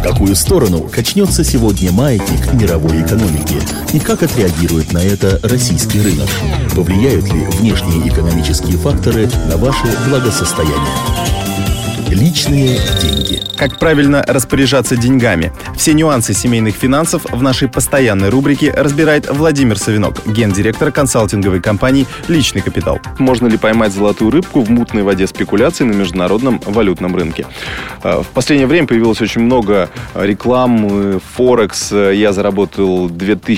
какую сторону качнется сегодня маятник мировой экономики и как отреагирует на это российский рынок? Повлияют ли внешние экономические факторы на ваше благосостояние? Личные деньги. Как правильно распоряжаться деньгами? Все нюансы семейных финансов в нашей постоянной рубрике разбирает Владимир Савинок, гендиректор консалтинговой компании «Личный капитал». Можно ли поймать золотую рыбку в мутной воде спекуляций на международном валютном рынке? В последнее время появилось очень много рекламы, Форекс. Я заработал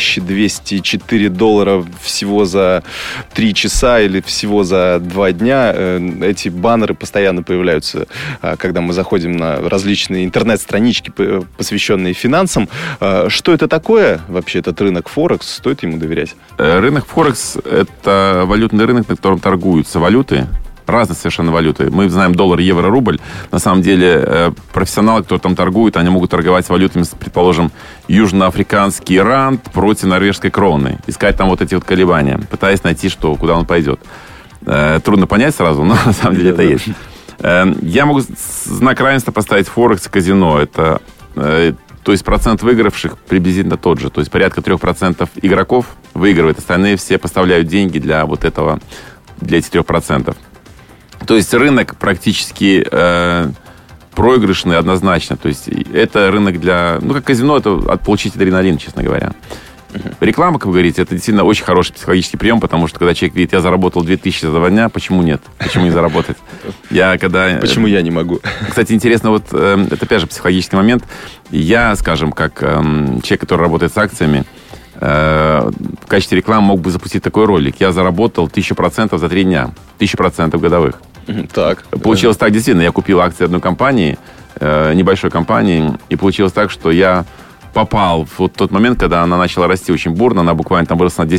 $2204 всего за 3 часа или всего за 2 дня. Эти баннеры постоянно появляются, когда мы заходим на различные интернет-странички, посвященные финансам. Что это такое вообще, этот рынок Форекс? Стоит ему доверять? Рынок Форекс – это валютный рынок, на котором торгуются валюты, разные совершенно валюты. Мы знаем доллар, евро, рубль. На самом деле профессионалы, которые там торгуют, они могут торговать валютами, предположим, южноафриканский ранд против норвежской кроны. Искать там вот эти вот колебания, пытаясь найти, куда он пойдет. Трудно понять сразу, но на самом деле это есть. Я могу знак равенства поставить Форекс и казино. Это, то есть процент выигравших приблизительно тот же. То есть порядка 3% игроков выигрывает. Остальные все поставляют деньги для вот этого, для этих 3%. То есть рынок практически проигрышный однозначно. То есть это рынок для... как казино, это получить адреналин, честно говоря. Реклама, как вы говорите, это действительно очень хороший психологический прием, потому что когда человек видит, я заработал 2000 за 2 дня, почему нет? Почему не заработать? Почему я не могу? Кстати, интересно, это опять же психологический момент. Я, скажем, как человек, который работает с акциями, в качестве рекламы мог бы запустить такой ролик. Я заработал 1000% за 3 дня. 1000% годовых. Так. Получилось так, действительно, я купил акции одной компании, небольшой компании, и получилось так, что я попал в тот момент, когда она начала расти очень бурно, она буквально там выросла на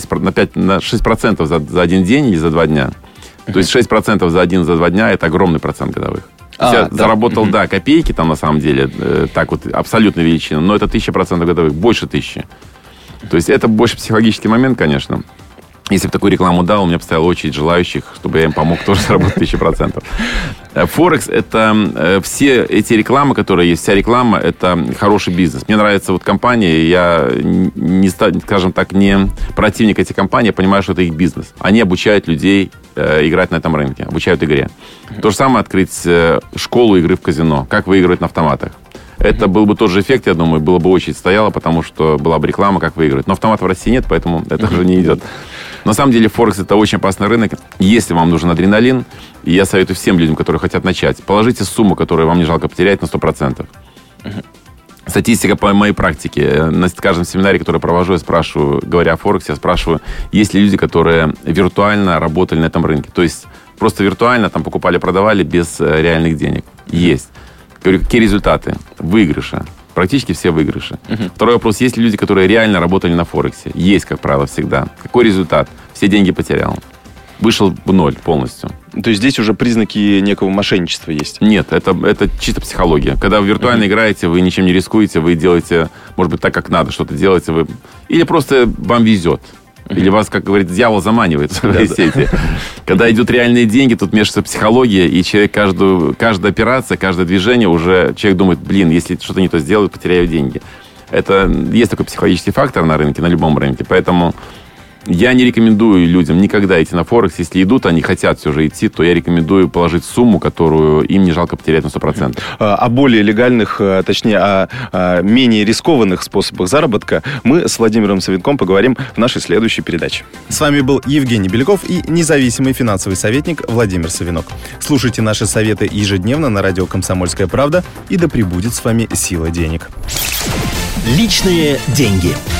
6% за один день или за 2 дня. То есть 6% за 2 дня – это огромный процент годовых. Я заработал, копейки там на самом деле, так вот, абсолютно величина, но это 1000% годовых, больше 1000. То есть это больше психологический момент, конечно. Если бы такую рекламу дал, у меня бы стояла очередь желающих, чтобы я им помог тоже заработать 1000%. Форекс – это все эти рекламы, которые есть. Вся реклама – это хороший бизнес. Мне нравится компания, я не, скажем так, не противник этих компаний, я понимаю, что это их бизнес. Они обучают людей играть на этом рынке, обучают игре. То же самое открыть школу игры в казино, как выигрывать на автоматах. Это был бы тот же эффект, я думаю, было бы очередь стояла, потому что была бы реклама, как выиграть. Но автоматов в России нет, поэтому это уже не идет. На самом деле, Форекс – это очень опасный рынок. Если вам нужен адреналин, и я советую всем людям, которые хотят начать, положите сумму, которую вам не жалко потерять, на 100%. Статистика по моей практике. На каждом семинаре, который провожу, я спрашиваю, говоря о Форексе, я спрашиваю, есть ли люди, которые виртуально работали на этом рынке. То есть просто виртуально там покупали-продавали без реальных денег. Есть. Говорю, какие результаты? Выигрыши. Практически все выигрыши. Второй вопрос. Есть ли люди, которые реально работали на Форексе? Есть, как правило, всегда. Какой результат? Все деньги потерял. Вышел в ноль полностью. То есть здесь уже признаки некого мошенничества есть? Нет, это чисто психология. Когда вы виртуально играете, вы ничем не рискуете, вы делаете, может быть, так, как надо, что-то делаете. Или просто вам везет. Или вас, как говорит, дьявол заманивает в свои сети. Когда идут реальные деньги, тут мешается психология, и человек каждая операция, каждое движение, уже человек думает, если что-то не то сделаю, потеряю деньги. Это есть такой психологический фактор на рынке, на любом рынке. Поэтому я не рекомендую людям никогда идти на Форекс. Если идут, они хотят все же идти, то я рекомендую положить сумму, которую им не жалко потерять на 100%. О более легальных, точнее, о менее рискованных способах заработка мы с Владимиром Савинком поговорим в нашей следующей передаче. С вами был Евгений Беляков и независимый финансовый советник Владимир Савинок. Слушайте наши советы ежедневно на радио «Комсомольская правда», и да пребудет с вами сила денег. Личные деньги.